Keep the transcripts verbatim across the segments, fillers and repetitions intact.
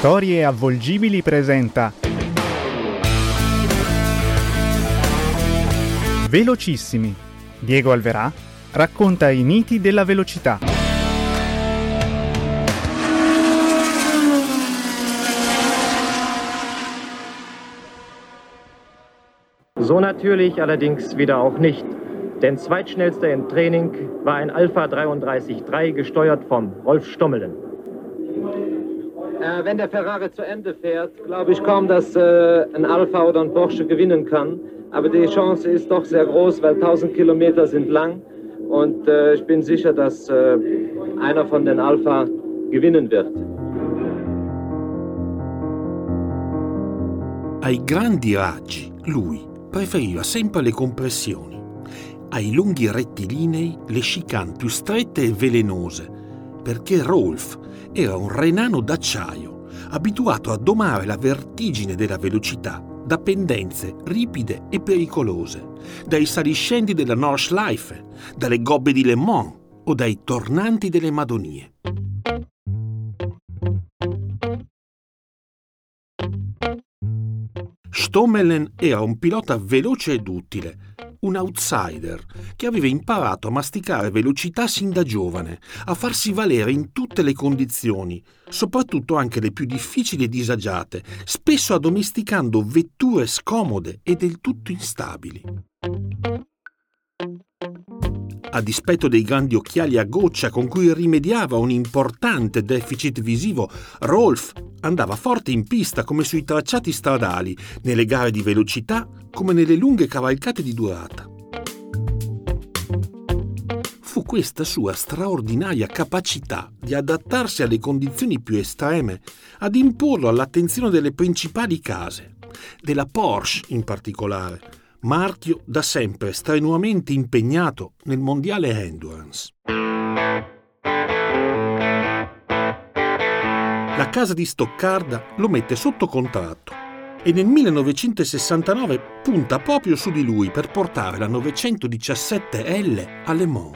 Storie Avvolgibili presenta Velocissimi. Diego Alverà racconta i miti della velocità. So natürlich allerdings wieder auch nicht. Denn zweitschnellster im Training war ein Alpha dreiunddreißig drei, gesteuert vom Rolf Stommelen. Äh, wenn der Ferrari zu Ende fährt, glaube ich kaum, dass äh, ein Alpha oder ein Porsche gewinnen kann. Aber die Chance ist doch sehr groß, weil tausend Kilometer sind lang. Und äh, ich bin sicher, dass äh, einer von den Alpha gewinnen wird. Ai grandi raggi, lui preferiva sempre le compressioni. Ai lunghi rettilinei le chicane più strette e velenose, perché Rolf era un renano d'acciaio, abituato a domare la vertigine della velocità da pendenze ripide e pericolose, dai saliscendi della Nordschleife, dalle gobbe di Le Mans o dai tornanti delle Madonie. Stommelen era un pilota veloce ed utile, un outsider che aveva imparato a masticare velocità sin da giovane, a farsi valere in tutte le condizioni, soprattutto anche le più difficili e disagiate, spesso addomesticando vetture scomode e del tutto instabili. A dispetto dei grandi occhiali a goccia con cui rimediava un importante deficit visivo, Rolf andava forte in pista come sui tracciati stradali, nelle gare di velocità come nelle lunghe cavalcate di durata. Fu questa sua straordinaria capacità di adattarsi alle condizioni più estreme ad imporlo all'attenzione delle principali case, della Porsche in particolare, marchio da sempre strenuamente impegnato nel mondiale endurance. La casa di Stoccarda lo mette sotto contratto e nel millenovecentosessantanove punta proprio su di lui per portare la novecentodiciassette L a Le Mans.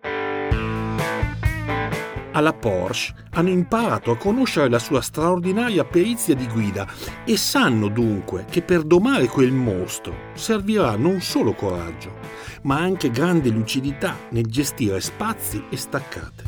Alla Porsche hanno imparato a conoscere la sua straordinaria perizia di guida e sanno dunque che per domare quel mostro servirà non solo coraggio, ma anche grande lucidità nel gestire spazi e staccate.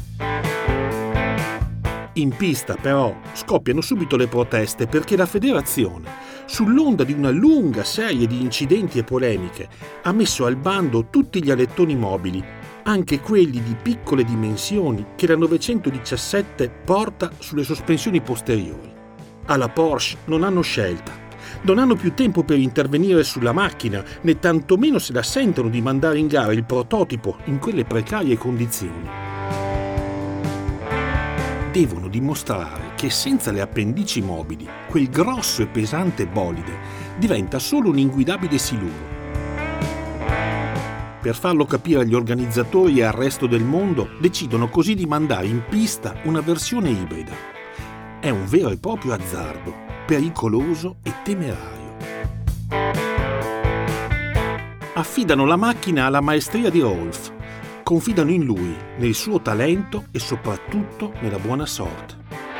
In pista, però, scoppiano subito le proteste perché la federazione, sull'onda di una lunga serie di incidenti e polemiche, ha messo al bando tutti gli alettoni mobili, anche quelli di piccole dimensioni che la novecentodiciassette porta sulle sospensioni posteriori. Alla Porsche non hanno scelta. Non hanno più tempo per intervenire sulla macchina, né tantomeno se la sentono di mandare in gara il prototipo in quelle precarie condizioni. Devono dimostrare che senza le appendici mobili, quel grosso e pesante bolide diventa solo un inguidabile siluro. Per farlo capire agli organizzatori e al resto del mondo, decidono così di mandare in pista una versione ibrida. È un vero e proprio azzardo, pericoloso e temerario. Affidano la macchina alla maestria di Rolf. Confidano in lui, nel suo talento e soprattutto nella buona sorte.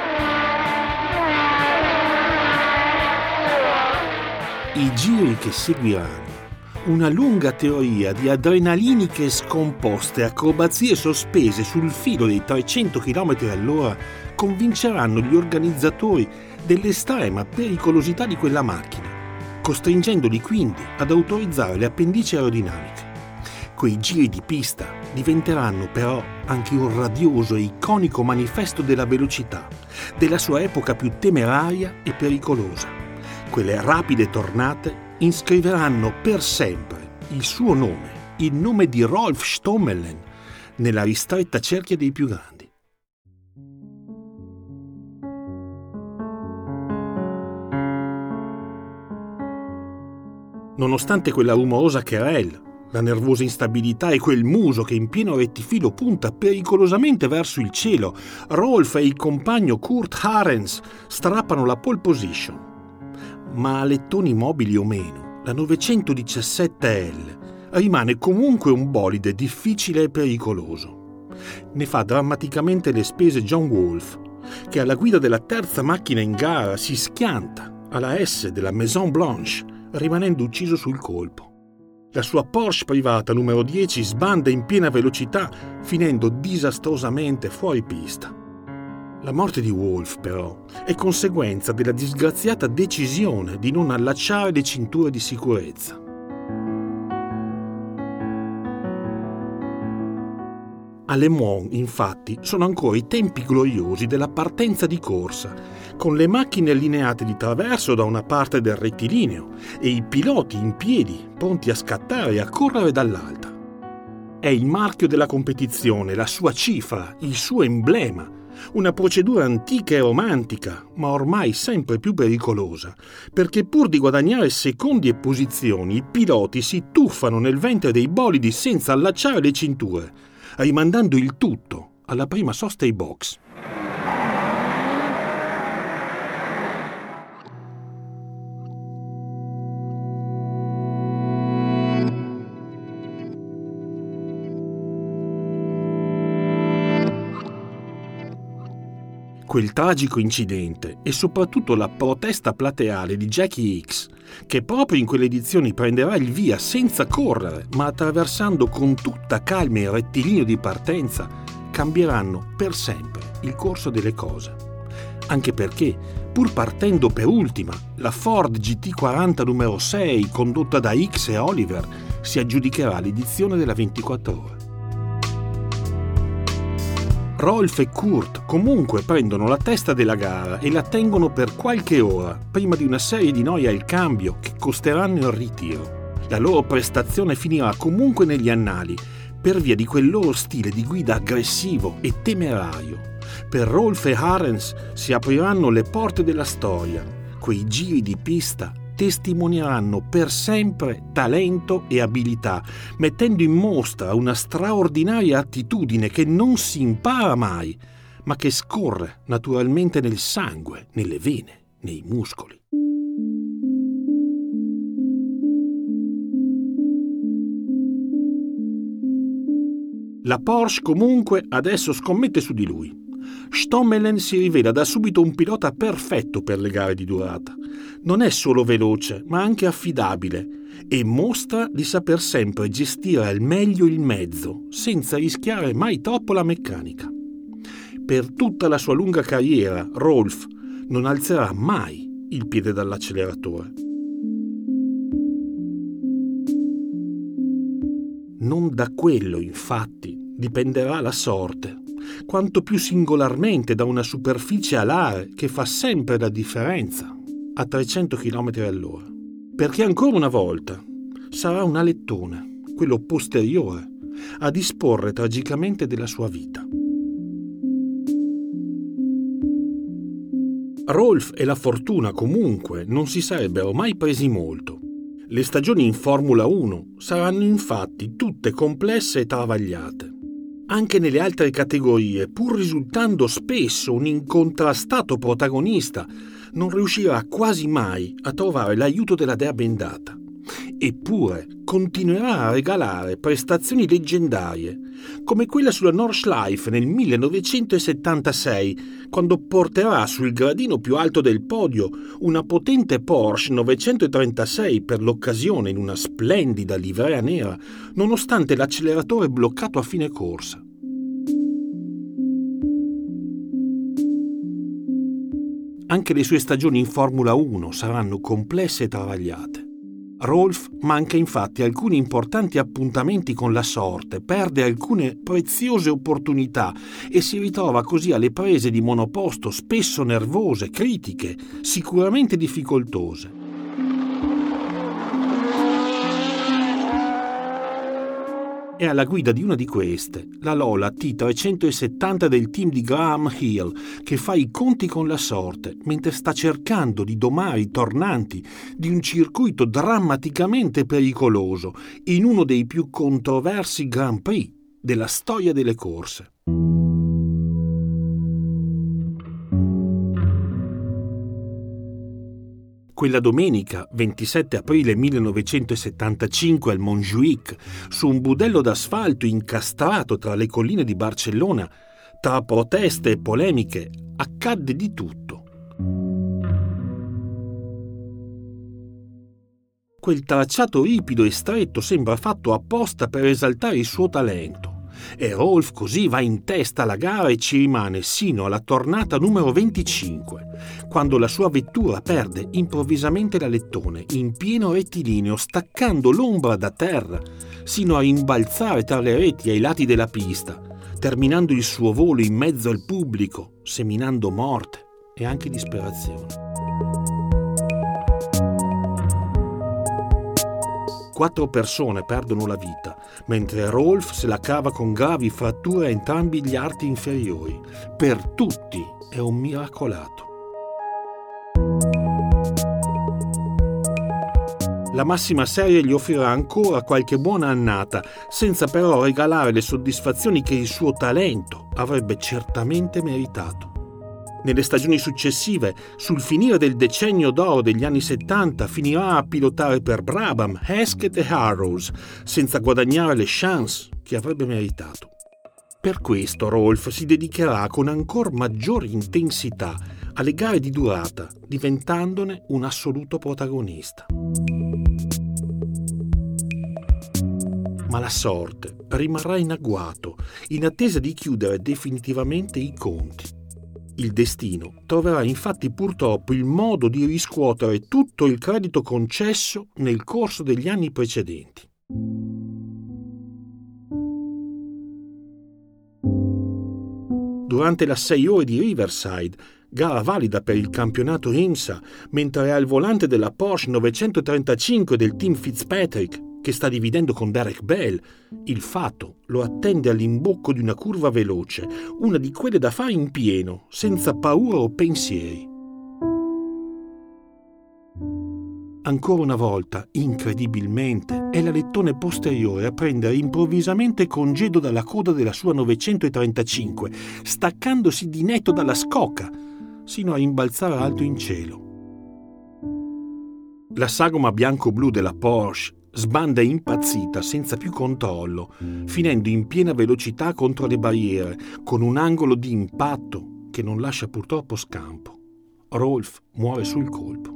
I giri che seguiranno, una lunga teoria di adrenaliniche scomposte, acrobazie sospese sul filo dei trecento chilometri all'ora, convinceranno gli organizzatori dell'estrema pericolosità di quella macchina, costringendoli quindi ad autorizzare le appendici aerodinamiche. Quei giri di pista diventeranno però anche un radioso e iconico manifesto della velocità, della sua epoca più temeraria e pericolosa. Quelle rapide tornate iscriveranno per sempre il suo nome, il nome di Rolf Stommelen, nella ristretta cerchia dei più grandi. Nonostante quella rumorosa querelle, la nervosa instabilità e quel muso che in pieno rettifilo punta pericolosamente verso il cielo, Rolf e il compagno Kurt Harens strappano la pole position. Ma a lettoni mobili o meno, la novecentodiciassette L rimane comunque un bolide difficile e pericoloso. Ne fa drammaticamente le spese John Wolf, che alla guida della terza macchina in gara si schianta alla S della Maison Blanche, rimanendo ucciso sul colpo. La sua Porsche privata numero dieci sbanda in piena velocità, finendo disastrosamente fuori pista. La morte di Wolf, però, è conseguenza della disgraziata decisione di non allacciare le cinture di sicurezza. A Le Mans, infatti, sono ancora i tempi gloriosi della partenza di corsa, con le macchine allineate di traverso da una parte del rettilineo e i piloti in piedi, pronti a scattare e a correre dall'altra. È il marchio della competizione, la sua cifra, il suo emblema, una procedura antica e romantica, ma ormai sempre più pericolosa, perché pur di guadagnare secondi e posizioni, i piloti si tuffano nel ventre dei bolidi senza allacciare le cinture, rimandando il tutto alla prima sosta ai box. Quel tragico incidente e soprattutto la protesta plateale di Jackie Hicks, che proprio in quelle edizioni prenderà il via senza correre, ma attraversando con tutta calma il rettilineo di partenza, cambieranno per sempre il corso delle cose. Anche perché, pur partendo per ultima, la Ford G T quaranta numero sei, condotta da Hicks e Oliver, si aggiudicherà l'edizione della ventiquattro ore. Rolf e Kurt comunque prendono la testa della gara e la tengono per qualche ora, prima di una serie di noie al cambio che costeranno il ritiro. La loro prestazione finirà comunque negli annali, per via di quel loro stile di guida aggressivo e temerario. Per Rolf e Arens si apriranno le porte della storia. Quei giri di pista testimonieranno per sempre talento e abilità, mettendo in mostra una straordinaria attitudine che non si impara mai, ma che scorre naturalmente nel sangue, nelle vene, nei muscoli. La Porsche comunque adesso scommette su di lui. Stommelen si rivela da subito un pilota perfetto per le gare di durata. Non è solo veloce, ma anche affidabile e mostra di saper sempre gestire al meglio il mezzo, senza rischiare mai troppo la meccanica. Per tutta la sua lunga carriera, Rolf non alzerà mai il piede dall'acceleratore. Non da quello, infatti, dipenderà la sorte, quanto più singolarmente da una superficie alare che fa sempre la differenza a trecento chilometri all'ora. Perché ancora una volta sarà un alettone, quello posteriore, a disporre tragicamente della sua vita. Rolf e la fortuna comunque non si sarebbero mai presi molto. Le stagioni in Formula uno saranno infatti tutte complesse e travagliate. Anche nelle altre categorie, pur risultando spesso un incontrastato protagonista, non riuscirà quasi mai a trovare l'aiuto della dea bendata. Eppure continuerà a regalare prestazioni leggendarie, come quella sulla Nordschleife nel millenovecentosettantasei, quando porterà sul gradino più alto del podio una potente Porsche novecentotrentasei per l'occasione in una splendida livrea nera, nonostante l'acceleratore bloccato a fine corsa. Anche le sue stagioni in Formula uno saranno complesse e travagliate. Rolf manca infatti alcuni importanti appuntamenti con la sorte, perde alcune preziose opportunità e si ritrova così alle prese di monoposto spesso nervose, critiche, sicuramente difficoltose. È alla guida di una di queste, la Lola T trecentosettanta del team di Graham Hill, che fa i conti con la sorte mentre sta cercando di domare i tornanti di un circuito drammaticamente pericoloso in uno dei più controversi Grand Prix della storia delle corse. Quella domenica, ventisette aprile millenovecentosettantacinque al Montjuïc, su un budello d'asfalto incastrato tra le colline di Barcellona, tra proteste e polemiche, accadde di tutto. Quel tracciato ripido e stretto sembra fatto apposta per esaltare il suo talento. E Rolf così va in testa alla gara e ci rimane sino alla tornata numero venticinque, quando la sua vettura perde improvvisamente l'alettone in pieno rettilineo, staccando l'ombra da terra, sino a rimbalzare tra le reti ai lati della pista, terminando il suo volo in mezzo al pubblico, seminando morte e anche disperazione. Quattro persone perdono la vita, mentre Rolf se la cava con gravi fratture a entrambi gli arti inferiori. Per tutti è un miracolato. La massima serie gli offrirà ancora qualche buona annata, senza però regalare le soddisfazioni che il suo talento avrebbe certamente meritato. Nelle stagioni successive, sul finire del decennio d'oro degli anni settanta, finirà a pilotare per Brabham, Hesketh e Harrows, senza guadagnare le chance che avrebbe meritato. Per questo Rolf si dedicherà con ancor maggiore intensità alle gare di durata, diventandone un assoluto protagonista. Ma la sorte rimarrà in agguato, in attesa di chiudere definitivamente i conti. Il destino troverà infatti purtroppo il modo di riscuotere tutto il credito concesso nel corso degli anni precedenti. Durante la sei ore di Riverside, gara valida per il campionato IMSA, mentre è al volante della Porsche novecentotrentacinque del team Fitzpatrick, che sta dividendo con Derek Bell, il fato lo attende all'imbocco di una curva veloce, una di quelle da fare in pieno, senza paura o pensieri. Ancora una volta, incredibilmente, è l'alettone posteriore a prendere improvvisamente congedo dalla coda della sua novecentotrentacinque, staccandosi di netto dalla scocca, sino a rimbalzare alto in cielo. La sagoma bianco-blu della Porsche sbanda impazzita senza più controllo, finendo in piena velocità contro le barriere, con un angolo di impatto che non lascia purtroppo scampo. Rolf muore sul colpo.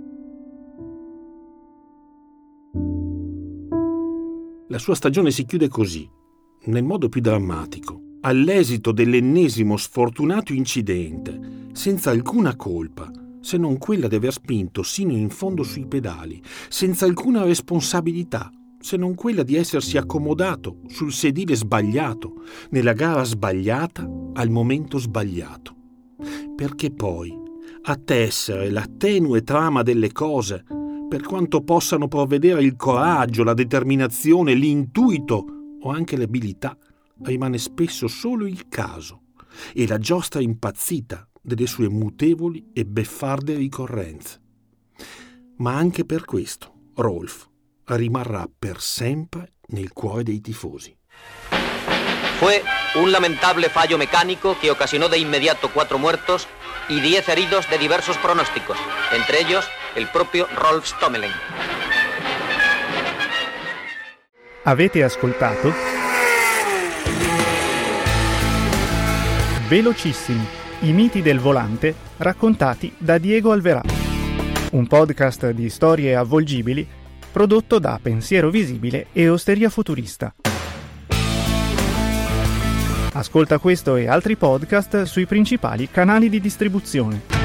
La sua stagione si chiude così, nel modo più drammatico, all'esito dell'ennesimo sfortunato incidente, senza alcuna colpa, se non quella di aver spinto sino in fondo sui pedali, senza alcuna responsabilità, se non quella di essersi accomodato sul sedile sbagliato, nella gara sbagliata, al momento sbagliato. Perché poi, a tessere la tenue trama delle cose, per quanto possano provvedere il coraggio, la determinazione, l'intuito o anche l'abilità, rimane spesso solo il caso e la giostra impazzita delle sue mutevoli e beffarde ricorrenze. Ma anche per questo Rolf rimarrà per sempre nel cuore dei tifosi. Fue un lamentable fallo mecánico que ocasionó de inmediato cuatro muertos y diez heridos de diversos pronósticos, entre ellos el propio Rolf Stommelen. Avete ascoltato Velocissimi, i miti del volante raccontati da Diego Alverà, un podcast di storie avvolgibili prodotto da Pensiero Visibile e Osteria Futurista. Ascolta questo e altri podcast sui principali canali di distribuzione.